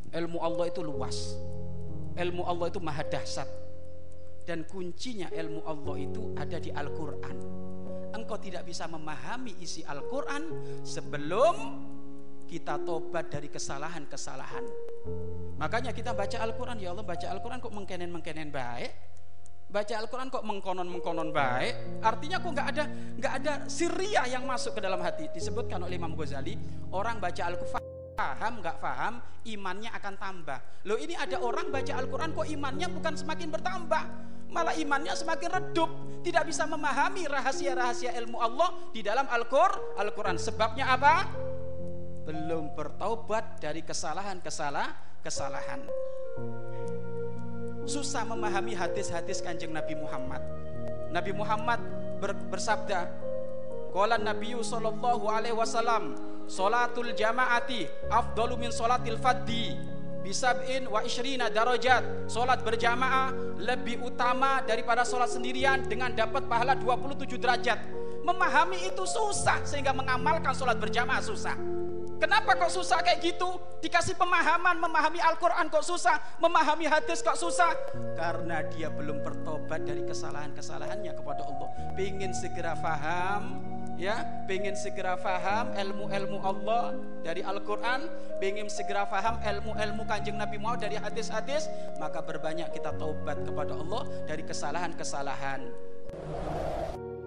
Ilmu Allah itu luas, ilmu Allah itu maha dahsyat, dan kuncinya ilmu Allah itu ada di Al-Quran. Engkau tidak bisa memahami isi Al-Quran sebelum kita tobat dari kesalahan-kesalahan. Makanya kita baca Al-Quran, ya Allah, baca Al-Quran kok mengkenen baik, baca Al-Quran kok mengkonon baik. Artinya kok nggak ada sirriyah yang masuk ke dalam hati. Disebutkan oleh Imam Ghazali, orang baca Al-Quran paham nggak paham, imannya akan tambah. Loh, ini ada orang baca Al-Quran kok imannya bukan semakin bertambah, malah imannya semakin redup, tidak bisa memahami rahasia-rahasia ilmu Allah di dalam Al-Quran. Sebabnya apa? Belum bertaubat dari kesalahan. Susah memahami hadis-hadis Kanjeng Nabi Muhammad. Nabi Muhammad bersabda, qala Nabiyyu sallallahu alaihi wasallam, sholatul jamaati afdalu min sholatil faddi bisab'in wa isyrina darajat. Sholat berjamaah lebih utama daripada sholat sendirian dengan dapat pahala 27 derajat. Memahami itu susah, sehingga mengamalkan sholat berjamaah susah. Kenapa kok susah kayak gitu? Dikasih pemahaman, memahami Al-Quran kok susah, memahami hadis kok susah? Karena dia belum bertobat dari kesalahan-kesalahannya kepada Allah. Pengen segera faham, ya, pengen segera faham ilmu-ilmu Allah dari Al-Quran, pengen segera faham ilmu-ilmu Kanjeng Nabi Muhammad dari hadis-hadis, maka berbanyak kita taubat kepada Allah dari kesalahan-kesalahan.